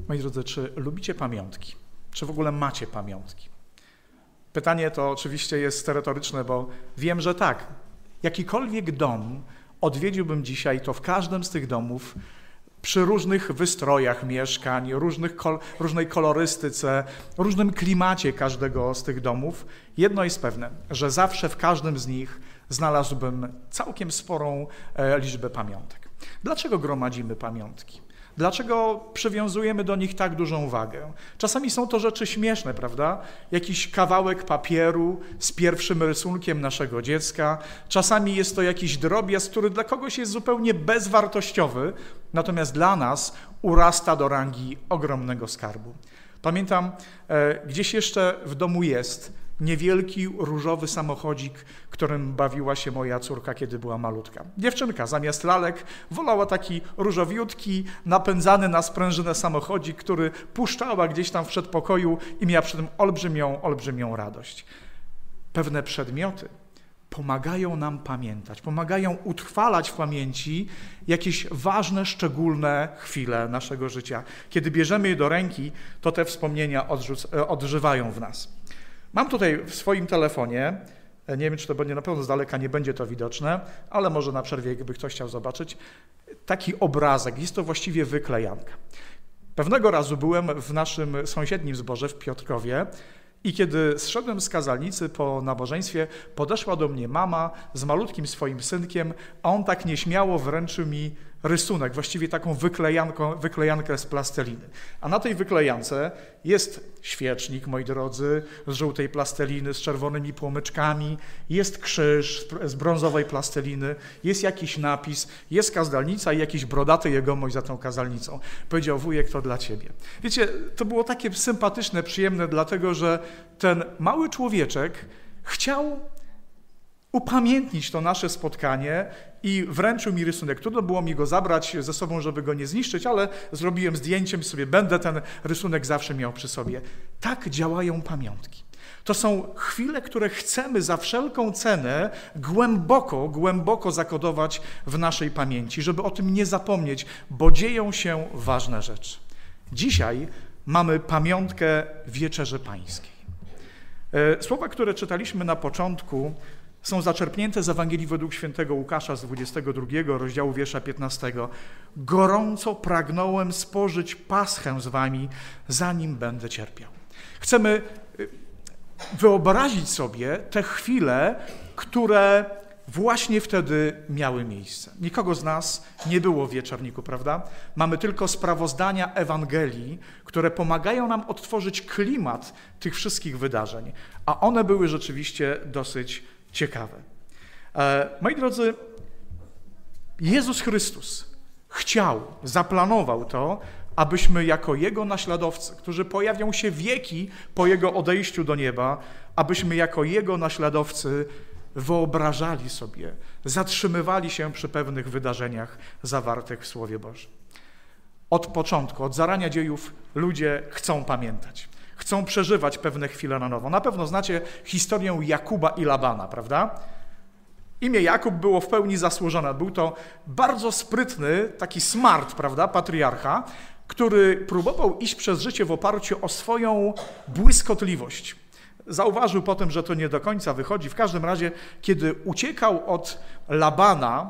Moi drodzy, czy lubicie pamiątki? Czy w ogóle macie pamiątki? Pytanie to oczywiście jest retoryczne, bo wiem, że tak. Jakikolwiek dom odwiedziłbym dzisiaj, to w każdym z tych domów przy różnych wystrojach mieszkań, różnej kolorystyce, różnym klimacie każdego z tych domów, jedno jest pewne, że zawsze w każdym z nich znalazłbym całkiem sporą liczbę pamiątek. Dlaczego gromadzimy pamiątki? Dlaczego przywiązujemy do nich tak dużą wagę? Czasami są to rzeczy śmieszne, prawda? Jakiś kawałek papieru z pierwszym rysunkiem naszego dziecka. Czasami jest to jakiś drobiazg, który dla kogoś jest zupełnie bezwartościowy, natomiast dla nas urasta do rangi ogromnego skarbu. Pamiętam, gdzieś jeszcze w domu jest niewielki różowy samochodzik, którym bawiła się moja córka, kiedy była malutka. Dziewczynka zamiast lalek wolała taki różowiutki, napędzany na sprężynę samochodzik, który puszczała gdzieś tam w przedpokoju i miała przy tym olbrzymią radość. Pewne przedmioty pomagają nam pamiętać, pomagają utrwalać w pamięci jakieś ważne, szczególne chwile naszego życia. Kiedy bierzemy je do ręki, to te wspomnienia odżywają w nas. Mam tutaj w swoim telefonie, nie wiem, czy to będzie, na pewno z daleka nie będzie to widoczne, ale może na przerwie, jakby ktoś chciał zobaczyć, taki obrazek. Jest to właściwie wyklejanka. Pewnego razu byłem w naszym sąsiednim zborze w Piotrkowie i kiedy zszedłem z kazalnicy po nabożeństwie, podeszła do mnie mama z malutkim swoim synkiem, a on tak nieśmiało wręczył mi rysunek, właściwie taką wyklejankę z plasteliny. A na tej wyklejance jest świecznik, moi drodzy, z żółtej plasteliny, z czerwonymi płomyczkami, jest krzyż z brązowej plasteliny, jest jakiś napis, jest kazalnica i jakiś brodaty jegomość za tą kazalnicą. Powiedział: wujek, to dla ciebie. Wiecie, to było takie sympatyczne, przyjemne, dlatego że ten mały człowieczek chciał upamiętnić to nasze spotkanie i wręczył mi rysunek. Trudno było mi go zabrać ze sobą, żeby go nie zniszczyć, ale zrobiłem zdjęciem i sobie będę ten rysunek zawsze miał przy sobie. Tak działają pamiątki. To są chwile, które chcemy za wszelką cenę głęboko zakodować w naszej pamięci, żeby o tym nie zapomnieć, bo dzieją się ważne rzeczy. Dzisiaj mamy pamiątkę Wieczerzy Pańskiej. Słowa, które czytaliśmy na początku, są zaczerpnięte z Ewangelii według świętego Łukasza z 22 rozdziału wiersza 15. Gorąco pragnąłem spożyć paschę z wami, zanim będę cierpiał. Chcemy wyobrazić sobie te chwile, które właśnie wtedy miały miejsce. Nikogo z nas nie było w wieczorniku, prawda? Mamy tylko sprawozdania Ewangelii, które pomagają nam odtworzyć klimat tych wszystkich wydarzeń, a one były rzeczywiście dosyć ciekawe. Moi drodzy, Jezus Chrystus zaplanował to, abyśmy jako Jego naśladowcy, którzy pojawią się wieki po Jego odejściu do nieba, abyśmy jako Jego naśladowcy wyobrażali sobie, zatrzymywali się przy pewnych wydarzeniach zawartych w Słowie Bożym. Od początku, od zarania dziejów ludzie chcą pamiętać. Chcą przeżywać pewne chwile na nowo. Na pewno znacie historię Jakuba i Labana, prawda? Imię Jakub było w pełni zasłużone. Był to bardzo sprytny, taki smart, prawda, patriarcha, który próbował iść przez życie w oparciu o swoją błyskotliwość. Zauważył potem, że to nie do końca wychodzi. W każdym razie, kiedy uciekał od Labana,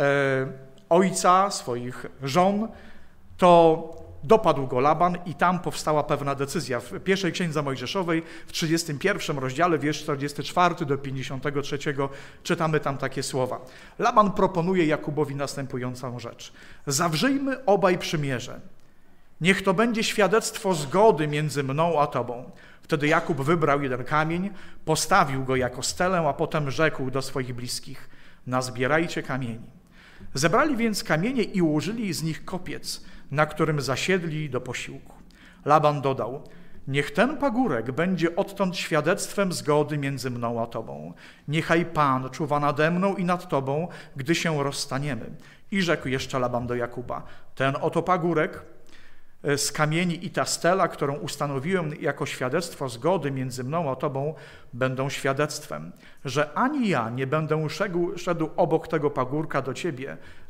ojca swoich żon, to dopadł go Laban i tam powstała pewna decyzja. W pierwszej Księdze Mojżeszowej, w 31 rozdziale, wiersz 44 do 53, czytamy tam takie słowa. Laban proponuje Jakubowi następującą rzecz. Zawrzyjmy obaj przymierze. Niech to będzie świadectwo zgody między mną a tobą. Wtedy Jakub wybrał jeden kamień, postawił go jako stelę, a potem rzekł do swoich bliskich: nazbierajcie kamieni. Zebrali więc kamienie i ułożyli z nich kopiec, na którym zasiedli do posiłku. Laban dodał: niech ten pagórek będzie odtąd świadectwem zgody między mną a tobą. Niechaj Pan czuwa nade mną i nad tobą, gdy się rozstaniemy. I rzekł jeszcze Laban do Jakuba: ten oto pagórek z kamieni i ta stela, którą ustanowiłem jako świadectwo zgody między mną a tobą, będą świadectwem, że ani ja nie będę szedł obok tego pagórka do ciebie,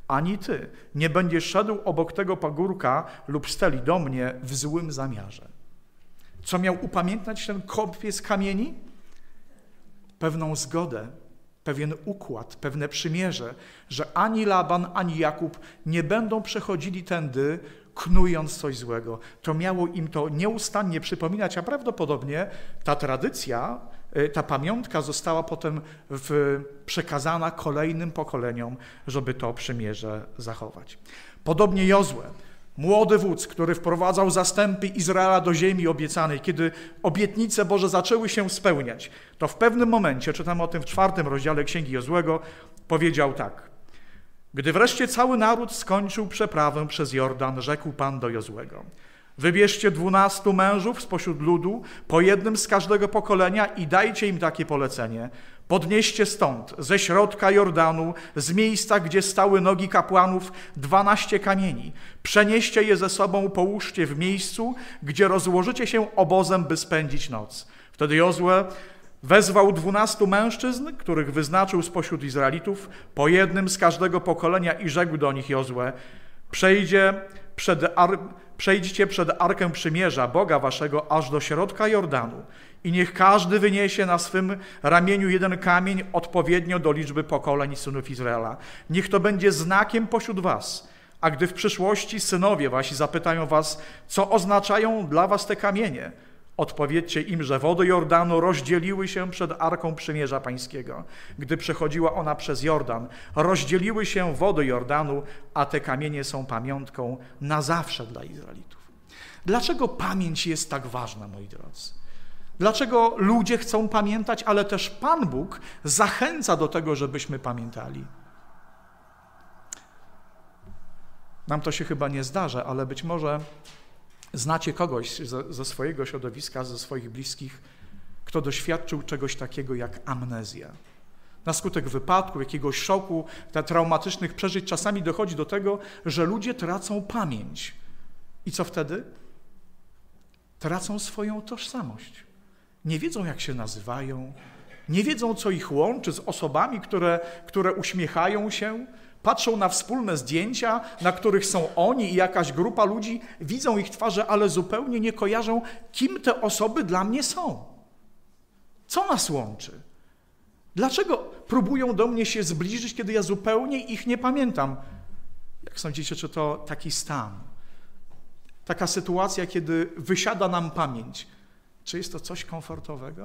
ani ty nie będziesz szedł obok tego pagórka lub steli do mnie w złym zamiarze. Co miał upamiętniać ten kopiec z kamieni? Pewną zgodę, pewien układ, pewne przymierze, że ani Laban, ani Jakub nie będą przechodzili tędy, knując coś złego. To miało im to nieustannie przypominać, a prawdopodobnie ta tradycja, ta pamiątka została potem przekazana kolejnym pokoleniom, żeby to przymierze zachować. Podobnie Jozue, młody wódz, który wprowadzał zastępy Izraela do ziemi obiecanej, kiedy obietnice Boże zaczęły się spełniać, to w pewnym momencie, czytamy o tym w 4 rozdziale Księgi Jozłego, powiedział tak: gdy wreszcie cały naród skończył przeprawę przez Jordan, rzekł Pan do Jozłego: wybierzcie 12 mężów spośród ludu, po jednym z każdego pokolenia i dajcie im takie polecenie. Podnieście stąd, ze środka Jordanu, z miejsca, gdzie stały nogi kapłanów, 12 kamieni. Przenieście je ze sobą, połóżcie w miejscu, gdzie rozłożycie się obozem, by spędzić noc. Wtedy Jozue wezwał 12 mężczyzn, których wyznaczył spośród Izraelitów, po jednym z każdego pokolenia i rzekł do nich Jozue: przejdźcie przed Arkę Przymierza, Boga waszego, aż do środka Jordanu i niech każdy wyniesie na swym ramieniu jeden kamień odpowiednio do liczby pokoleń synów Izraela. Niech to będzie znakiem pośród was, a gdy w przyszłości synowie wasi zapytają was, co oznaczają dla was te kamienie, odpowiedzcie im, że wody Jordanu rozdzieliły się przed Arką Przymierza Pańskiego. Gdy przechodziła ona przez Jordan, rozdzieliły się wody Jordanu, a te kamienie są pamiątką na zawsze dla Izraelitów. Dlaczego pamięć jest tak ważna, moi drodzy? Dlaczego ludzie chcą pamiętać, ale też Pan Bóg zachęca do tego, żebyśmy pamiętali? Nam to się chyba nie zdarza, ale być może znacie kogoś ze swojego środowiska, ze swoich bliskich, kto doświadczył czegoś takiego jak amnezja. Na skutek wypadku, jakiegoś szoku, traumatycznych przeżyć czasami dochodzi do tego, że ludzie tracą pamięć. I co wtedy? Tracą swoją tożsamość. Nie wiedzą, jak się nazywają, nie wiedzą, co ich łączy z osobami, które uśmiechają się, patrzą na wspólne zdjęcia, na których są oni i jakaś grupa ludzi, widzą ich twarze, ale zupełnie nie kojarzą, kim te osoby dla mnie są. Co nas łączy? Dlaczego próbują do mnie się zbliżyć, kiedy ja zupełnie ich nie pamiętam? Jak sądzicie, czy to taki stan, taka sytuacja, kiedy wysiada nam pamięć, czy jest to coś komfortowego?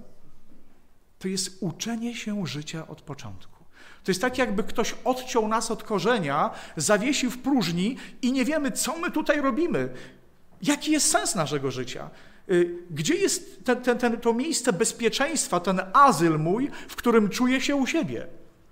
To jest uczenie się życia od początku. To jest tak, jakby ktoś odciął nas od korzenia, zawiesił w próżni i nie wiemy, co my tutaj robimy. Jaki jest sens naszego życia? Gdzie jest to miejsce bezpieczeństwa, ten azyl mój, w którym czuję się u siebie?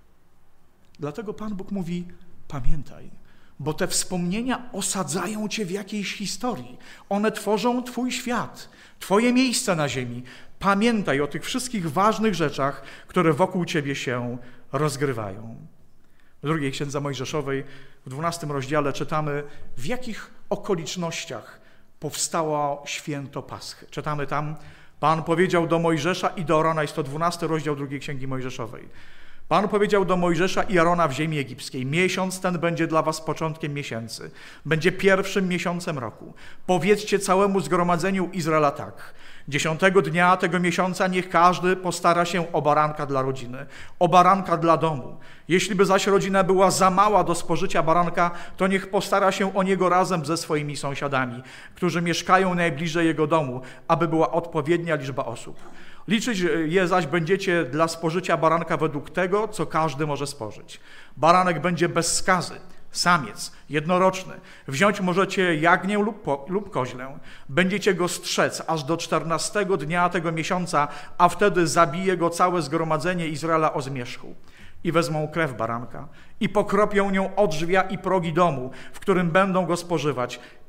Dlatego Pan Bóg mówi: pamiętaj, bo te wspomnienia osadzają cię w jakiejś historii. One tworzą twój świat, twoje miejsce na ziemi. Pamiętaj o tych wszystkich ważnych rzeczach, które wokół ciebie się rozgrywają. W drugiej Księdze Mojżeszowej, w 12 rozdziale czytamy, w jakich okolicznościach powstało święto Paschy. Czytamy tam: Pan powiedział do Mojżesza i do Arona, jest to 12 rozdział drugiej Księgi Mojżeszowej. Pan powiedział do Mojżesza i Arona w ziemi egipskiej: miesiąc ten będzie dla was początkiem miesięcy, będzie pierwszym miesiącem roku. Powiedzcie całemu zgromadzeniu Izraela tak: 10 dnia tego miesiąca niech każdy postara się o baranka dla rodziny, o baranka dla domu. Jeśli by zaś rodzina była za mała do spożycia baranka, to niech postara się o niego razem ze swoimi sąsiadami, którzy mieszkają najbliżej jego domu, aby była odpowiednia liczba osób. Liczyć je zaś będziecie dla spożycia baranka według tego, co każdy może spożyć. Baranek będzie bez skazy, samiec, jednoroczny. Wziąć możecie jagnię lub koźlę. Będziecie go strzec aż do 14 dnia tego miesiąca, a wtedy zabije go całe zgromadzenie Izraela o zmierzchu. I wezmą krew baranka i pokropią nią odrzwia i progi domu, w którym będą go spożywać,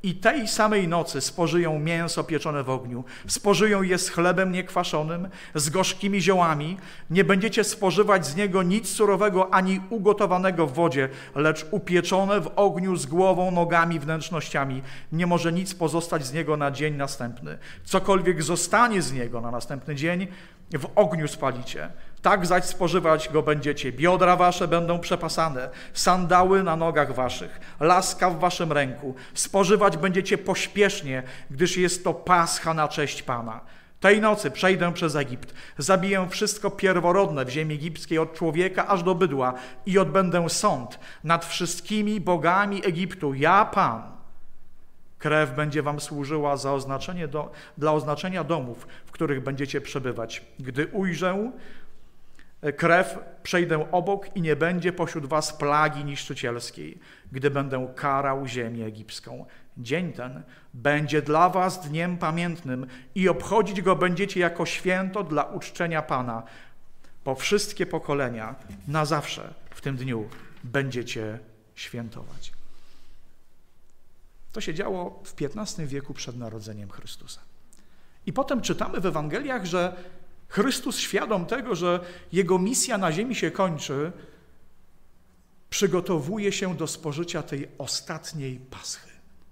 i tej samej nocy spożyją mięso pieczone w ogniu, spożyją je z chlebem niekwaszonym, z gorzkimi ziołami, nie będziecie spożywać z niego nic surowego ani ugotowanego w wodzie, lecz upieczone w ogniu z głową, nogami, wnętrznościami. Nie może nic pozostać z niego na dzień następny. Cokolwiek zostanie z niego na następny dzień, w ogniu spalicie. Tak zaś spożywać go będziecie. Biodra wasze będą przepasane, sandały na nogach waszych, laska w waszym ręku. Spożywać będziecie pośpiesznie, gdyż jest to Pascha na cześć Pana. Tej nocy przejdę przez Egipt, zabiję wszystko pierworodne w ziemi egipskiej, od człowieka aż do bydła i odbędę sąd nad wszystkimi bogami Egiptu. Ja, Pan. Krew będzie wam służyła za dla oznaczenia domów, w których będziecie przebywać. Gdy ujrzę krew, przejdę obok i nie będzie pośród was plagi niszczycielskiej, gdy będę karał ziemię egipską. Dzień ten będzie dla was dniem pamiętnym i obchodzić go będziecie jako święto dla uczczenia Pana. Po wszystkie pokolenia na zawsze w tym dniu będziecie świętować. To się działo w XV wieku przed narodzeniem Chrystusa. I potem czytamy w Ewangeliach, że Chrystus, świadom tego, że Jego misja na ziemi się kończy, przygotowuje się do spożycia tej ostatniej Paschy.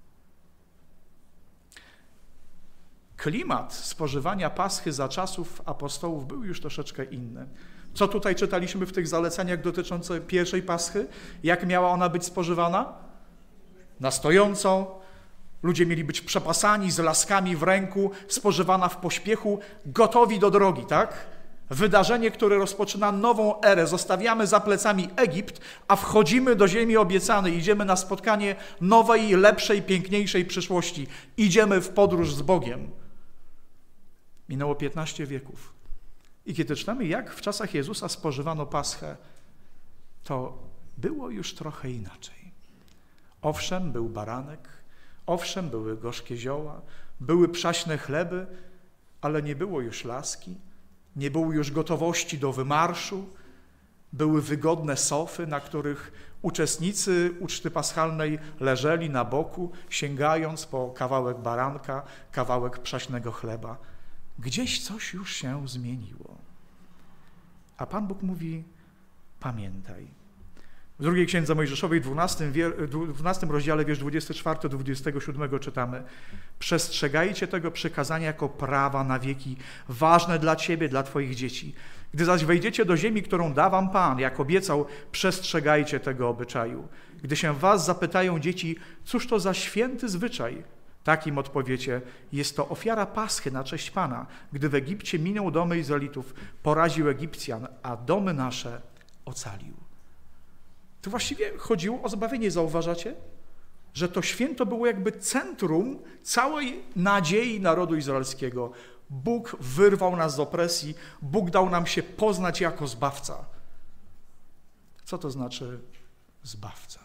Klimat spożywania Paschy za czasów apostołów był już troszeczkę inny. Co tutaj czytaliśmy w tych zaleceniach dotyczących pierwszej Paschy? Jak miała ona być spożywana? Na stojąco. Ludzie mieli być przepasani z laskami w ręku, spożywana w pośpiechu, gotowi do drogi, tak? Wydarzenie, które rozpoczyna nową erę. Zostawiamy za plecami Egipt, a wchodzimy do ziemi obiecanej. Idziemy na spotkanie nowej, lepszej, piękniejszej przyszłości. Idziemy w podróż z Bogiem. Minęło 15 wieków. I kiedy czytamy, jak w czasach Jezusa spożywano Paschę, to było już trochę inaczej. Owszem, był baranek, owszem, były gorzkie zioła, były przaśne chleby, ale nie było już laski, nie było już gotowości do wymarszu, były wygodne sofy, na których uczestnicy uczty paschalnej leżeli na boku, sięgając po kawałek baranka, kawałek przaśnego chleba. Gdzieś coś już się zmieniło. A Pan Bóg mówi, pamiętaj. W drugiej Księdze Mojżeszowej, 12 rozdziale, wiersz 24-27 czytamy: przestrzegajcie tego przykazania jako prawa na wieki, ważne dla ciebie, dla twoich dzieci. Gdy zaś wejdziecie do ziemi, którą da wam Pan, jak obiecał, przestrzegajcie tego obyczaju. Gdy się was zapytają dzieci, cóż to za święty zwyczaj? Tak im odpowiecie, jest to ofiara Paschy na cześć Pana, gdy w Egipcie minął domy Izraelitów, poraził Egipcjan, a domy nasze ocalił. Tu właściwie chodziło o zbawienie, zauważacie? Że to święto było jakby centrum całej nadziei narodu izraelskiego. Bóg wyrwał nas z opresji, Bóg dał nam się poznać jako Zbawca. Co to znaczy Zbawca?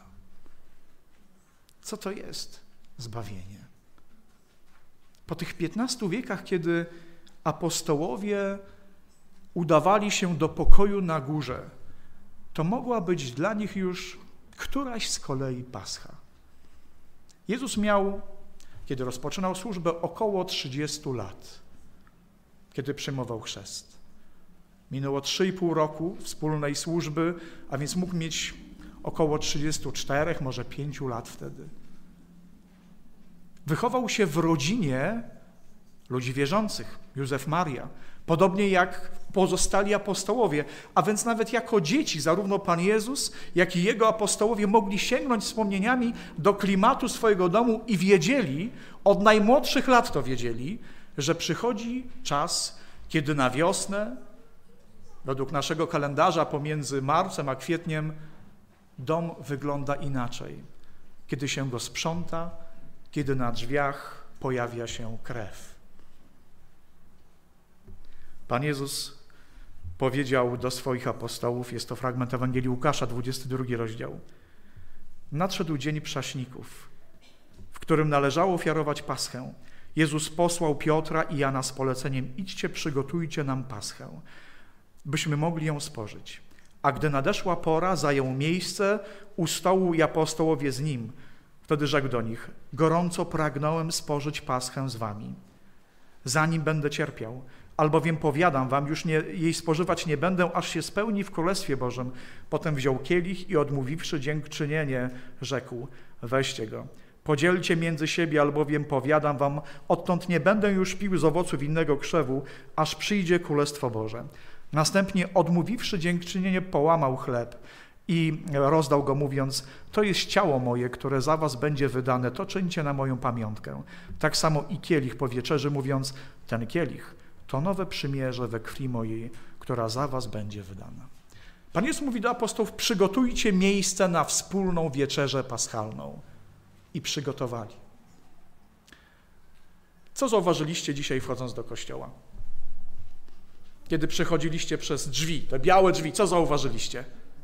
Co to jest zbawienie? Po tych 15 wiekach, kiedy apostołowie udawali się do pokoju na górze, to mogła być dla nich już któraś z kolei Pascha. Jezus miał, kiedy rozpoczynał służbę, około 30 lat, kiedy przyjmował chrzest. Minęło 3,5 roku wspólnej służby, a więc mógł mieć około 34, może 5 lat wtedy. Wychował się w rodzinie ludzi wierzących, Józef, Maria, podobnie jak pozostali apostołowie, a więc nawet jako dzieci zarówno Pan Jezus, jak i Jego apostołowie mogli sięgnąć wspomnieniami do klimatu swojego domu i wiedzieli, od najmłodszych lat to wiedzieli, że przychodzi czas, kiedy na wiosnę, według naszego kalendarza pomiędzy marcem a kwietniem, dom wygląda inaczej. Kiedy się go sprząta, kiedy na drzwiach pojawia się krew. Pan Jezus powiedział do swoich apostołów, jest to fragment Ewangelii Łukasza, 22 rozdział. Nadszedł dzień prześników, w którym należało ofiarować Paschę. Jezus posłał Piotra i Jana z poleceniem: idźcie, przygotujcie nam Paschę, byśmy mogli ją spożyć. A gdy nadeszła pora, zajął miejsce u stołu i apostołowie z nim. Wtedy rzekł do nich: gorąco pragnąłem spożyć Paschę z wami, zanim będę cierpiał, albowiem powiadam wam, już jej spożywać nie będę, aż się spełni w Królestwie Bożym. Potem wziął kielich i odmówiwszy dziękczynienie, rzekł: weźcie go, podzielcie między siebie, albowiem powiadam wam, odtąd nie będę już pił z owoców innego krzewu, aż przyjdzie Królestwo Boże. Następnie odmówiwszy dziękczynienie, połamał chleb i rozdał go, mówiąc: to jest ciało moje, które za was będzie wydane, to czyńcie na moją pamiątkę. Tak samo i kielich po wieczerzy, mówiąc: ten kielich to nowe przymierze we krwi mojej, która za was będzie wydana. Pan Jezus mówi do apostołów: przygotujcie miejsce na wspólną wieczerzę paschalną. I przygotowali. Co zauważyliście dzisiaj, wchodząc do kościoła? Kiedy przechodziliście przez drzwi, te białe drzwi, co zauważyliście?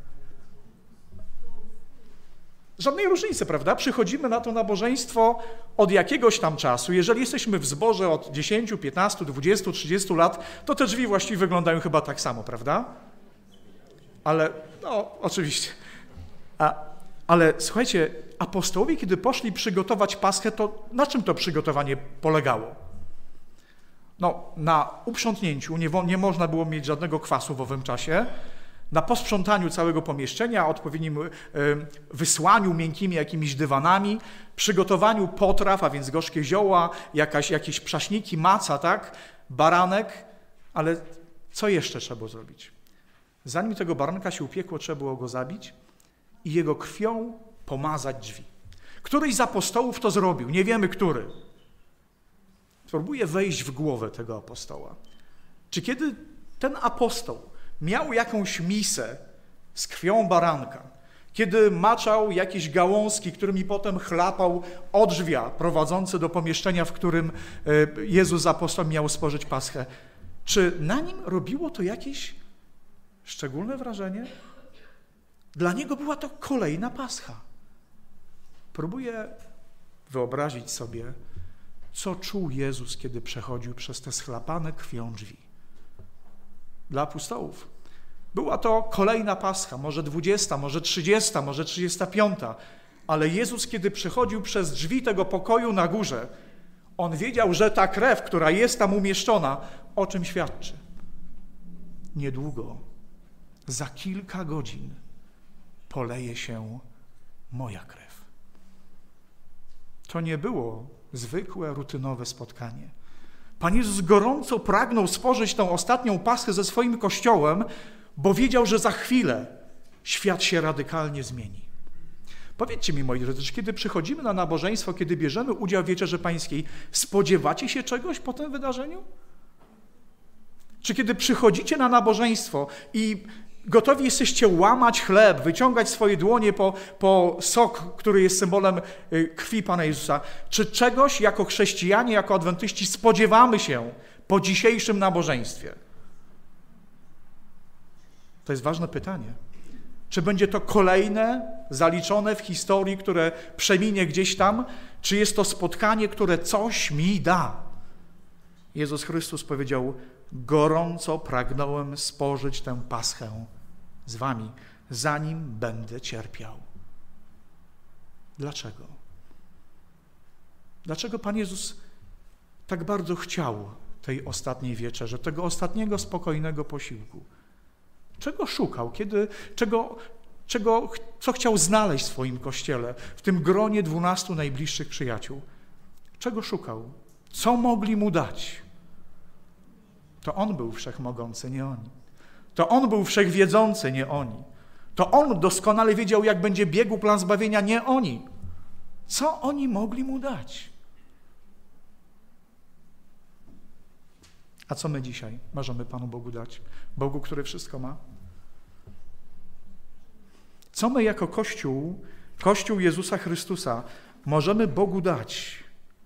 Żadnej różnicy, prawda? Przychodzimy na to nabożeństwo od jakiegoś tam czasu. Jeżeli jesteśmy w zborze od 10, 15, 20, 30 lat, to te drzwi właściwie wyglądają chyba tak samo, prawda? Ale, no, oczywiście. Ale słuchajcie, apostołowie, kiedy poszli przygotować Paschę, to na czym to przygotowanie polegało? No, na uprzątnięciu, nie można było mieć żadnego kwasu w owym czasie, na posprzątaniu całego pomieszczenia, odpowiednim wysłaniu miękkimi jakimiś dywanami, przygotowaniu potraw, a więc gorzkie zioła, jakieś przaśniki, maca, tak, baranek, ale co jeszcze trzeba było zrobić? Zanim tego baranka się upiekło, trzeba było go zabić i jego krwią pomazać drzwi. Któryś z apostołów to zrobił, nie wiemy który. Spróbuję wejść w głowę tego apostoła. Czy kiedy ten apostoł miał jakąś misę z krwią baranka, kiedy maczał jakieś gałązki, którymi potem chlapał odrzwia prowadzące do pomieszczenia, w którym Jezus z apostołem miał spożyć Paschę, czy na nim robiło to jakieś szczególne wrażenie? Dla niego była to kolejna Pascha. Próbuję wyobrazić sobie, co czuł Jezus, kiedy przechodził przez te schlapane krwią drzwi. Dla apostołów była to kolejna Pascha, może 20, może 30, może 35, ale Jezus, kiedy przechodził przez drzwi tego pokoju na górze, on wiedział, że ta krew, która jest tam umieszczona, o czym świadczy? Niedługo, za kilka godzin poleje się moja krew. To nie było zwykłe, rutynowe spotkanie. Pan Jezus gorąco pragnął spożyć tę ostatnią Paschę ze swoim Kościołem, bo wiedział, że za chwilę świat się radykalnie zmieni. Powiedzcie mi, moi drodzy, czy kiedy przychodzimy na nabożeństwo, kiedy bierzemy udział w Wieczerzy Pańskiej, spodziewacie się czegoś po tym wydarzeniu? Czy kiedy przychodzicie na nabożeństwo i gotowi jesteście łamać chleb, wyciągać swoje dłonie po sok, który jest symbolem krwi Pana Jezusa, czy czegoś jako chrześcijanie, jako adwentyści spodziewamy się po dzisiejszym nabożeństwie? To jest ważne pytanie. Czy będzie to kolejne, zaliczone w historii, które przeminie gdzieś tam, czy jest to spotkanie, które coś mi da? Jezus Chrystus powiedział: gorąco pragnąłem spożyć tę Paschę z wami, zanim będę cierpiał. Dlaczego? Dlaczego Pan Jezus tak bardzo chciał tej ostatniej wieczerzy, tego ostatniego spokojnego posiłku? Czego szukał? Co chciał znaleźć w swoim Kościele, w tym gronie 12 najbliższych przyjaciół? Czego szukał? Co mogli mu dać? To On był wszechmogący, nie oni. To On był wszechwiedzący, nie oni. To On doskonale wiedział, jak będzie biegł plan zbawienia, nie oni. Co oni mogli mu dać? A co my dzisiaj możemy Panu Bogu dać? Bogu, który wszystko ma? Co my jako Kościół Jezusa Chrystusa, możemy Bogu dać?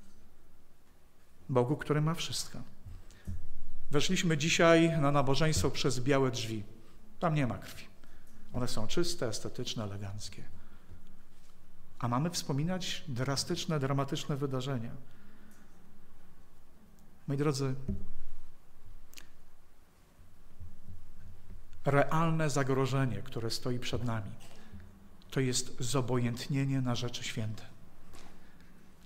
Bogu, który ma wszystko. Weszliśmy dzisiaj na nabożeństwo przez białe drzwi. Tam nie ma krwi. One są czyste, estetyczne, eleganckie. A mamy wspominać drastyczne, dramatyczne wydarzenia. Moi drodzy, realne zagrożenie, które stoi przed nami, to jest zobojętnienie na rzeczy święte.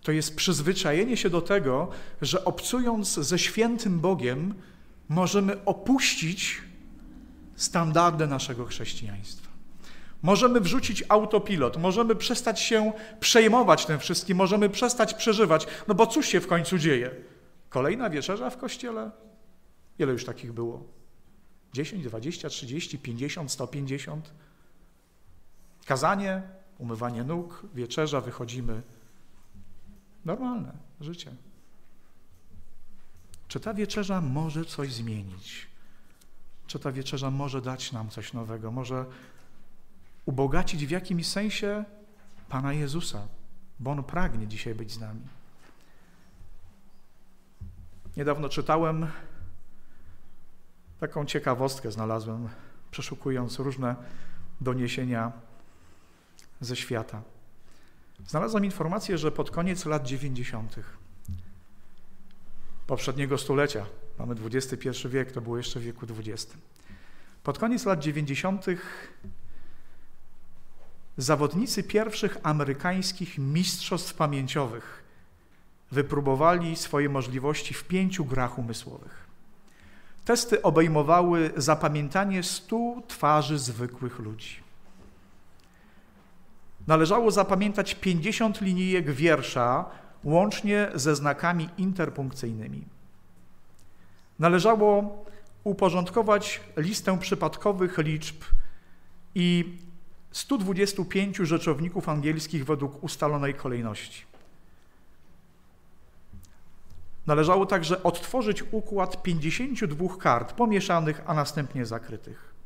To jest przyzwyczajenie się do tego, że obcując ze świętym Bogiem, możemy opuścić standardy naszego chrześcijaństwa. Możemy wrzucić autopilot, możemy przestać się przejmować tym wszystkim, możemy przestać przeżywać. No bo cóż się w końcu dzieje? Kolejna wieczerza w kościele? Ile już takich było? 10, 20, 30, 50, 150? Kazanie, umywanie nóg, wieczerza, wychodzimy. Normalne życie. Czy ta wieczerza może coś zmienić? Czy ta wieczerza może dać nam coś nowego? Może ubogacić w jakimś sensie Pana Jezusa, bo On pragnie dzisiaj być z nami. Niedawno czytałem, taką ciekawostkę znalazłem, przeszukując różne doniesienia ze świata. Znalazłem informację, że pod koniec lat 90. poprzedniego stulecia, mamy XXI wiek, to było jeszcze w wieku XX. Pod koniec lat 90. zawodnicy pierwszych amerykańskich mistrzostw pamięciowych wypróbowali swoje możliwości w 5 grach umysłowych. Testy obejmowały zapamiętanie 100 twarzy zwykłych ludzi. Należało zapamiętać 50 linijek wiersza, łącznie ze znakami interpunkcyjnymi. Należało uporządkować listę przypadkowych liczb i 125 rzeczowników angielskich według ustalonej kolejności. Należało także odtworzyć układ 52 kart pomieszanych, a następnie zakrytych.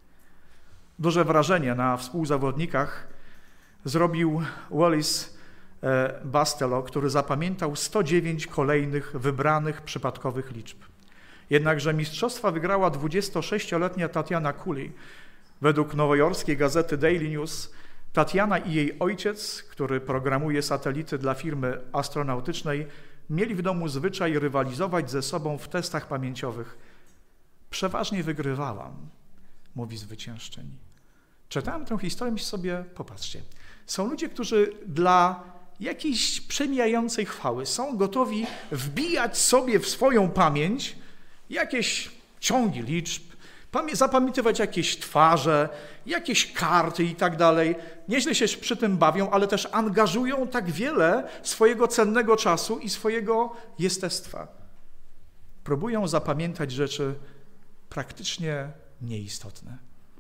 Duże wrażenie na współzawodnikach zrobił Wallis Bastelow, który zapamiętał 109 kolejnych wybranych przypadkowych liczb. Jednakże mistrzostwa wygrała 26-letnia Tatiana Cooley. Według nowojorskiej gazety Daily News Tatiana i jej ojciec, który programuje satelity dla firmy astronautycznej, mieli w domu zwyczaj rywalizować ze sobą w testach pamięciowych. Przeważnie wygrywałam, mówi zwyciężczyni. Czytałem tę historię i sobie, popatrzcie, są ludzie, którzy dla jakiejś przemijającej chwały są gotowi wbijać sobie w swoją pamięć jakieś ciągi liczb, zapamiętywać jakieś twarze, jakieś karty i tak dalej. Nieźle się przy tym bawią, ale też angażują tak wiele swojego cennego czasu i swojego jestestwa. Próbują zapamiętać rzeczy praktycznie nieistotne.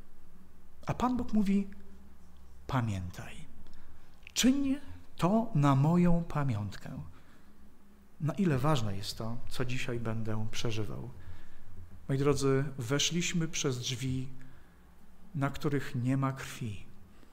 A Pan Bóg mówi, pamiętaj, czyń to na moją pamiątkę. Na ile ważne jest to, co dzisiaj będę przeżywał. Moi drodzy, weszliśmy przez drzwi, na których nie ma krwi.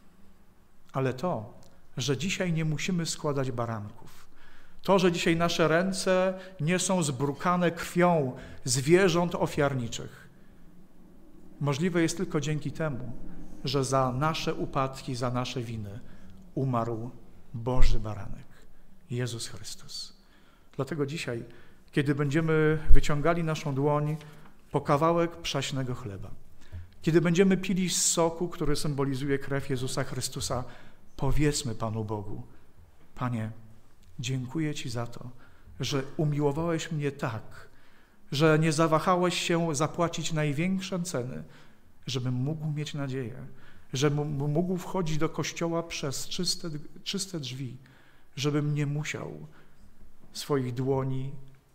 Ale to, że dzisiaj nie musimy składać baranków, to, że dzisiaj nasze ręce nie są zbrukane krwią zwierząt ofiarniczych, możliwe jest tylko dzięki temu, że za nasze upadki, za nasze winy umarł Boży Baranek, Jezus Chrystus. Dlatego dzisiaj, kiedy będziemy wyciągali naszą dłoń po kawałek przaśnego chleba, kiedy będziemy pili z soku, który symbolizuje krew Jezusa Chrystusa, powiedzmy Panu Bogu, Panie, dziękuję Ci za to, że umiłowałeś mnie tak, że nie zawahałeś się zapłacić największe ceny, żebym mógł mieć nadzieję, żebym mógł wchodzić do kościoła przez czyste drzwi, żebym nie musiał swoich dłoni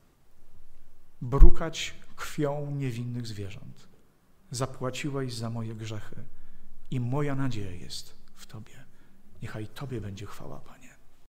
brukać krwią niewinnych zwierząt. Zapłaciłeś za moje grzechy i moja nadzieja jest w Tobie. Niechaj Tobie będzie chwała, Panie.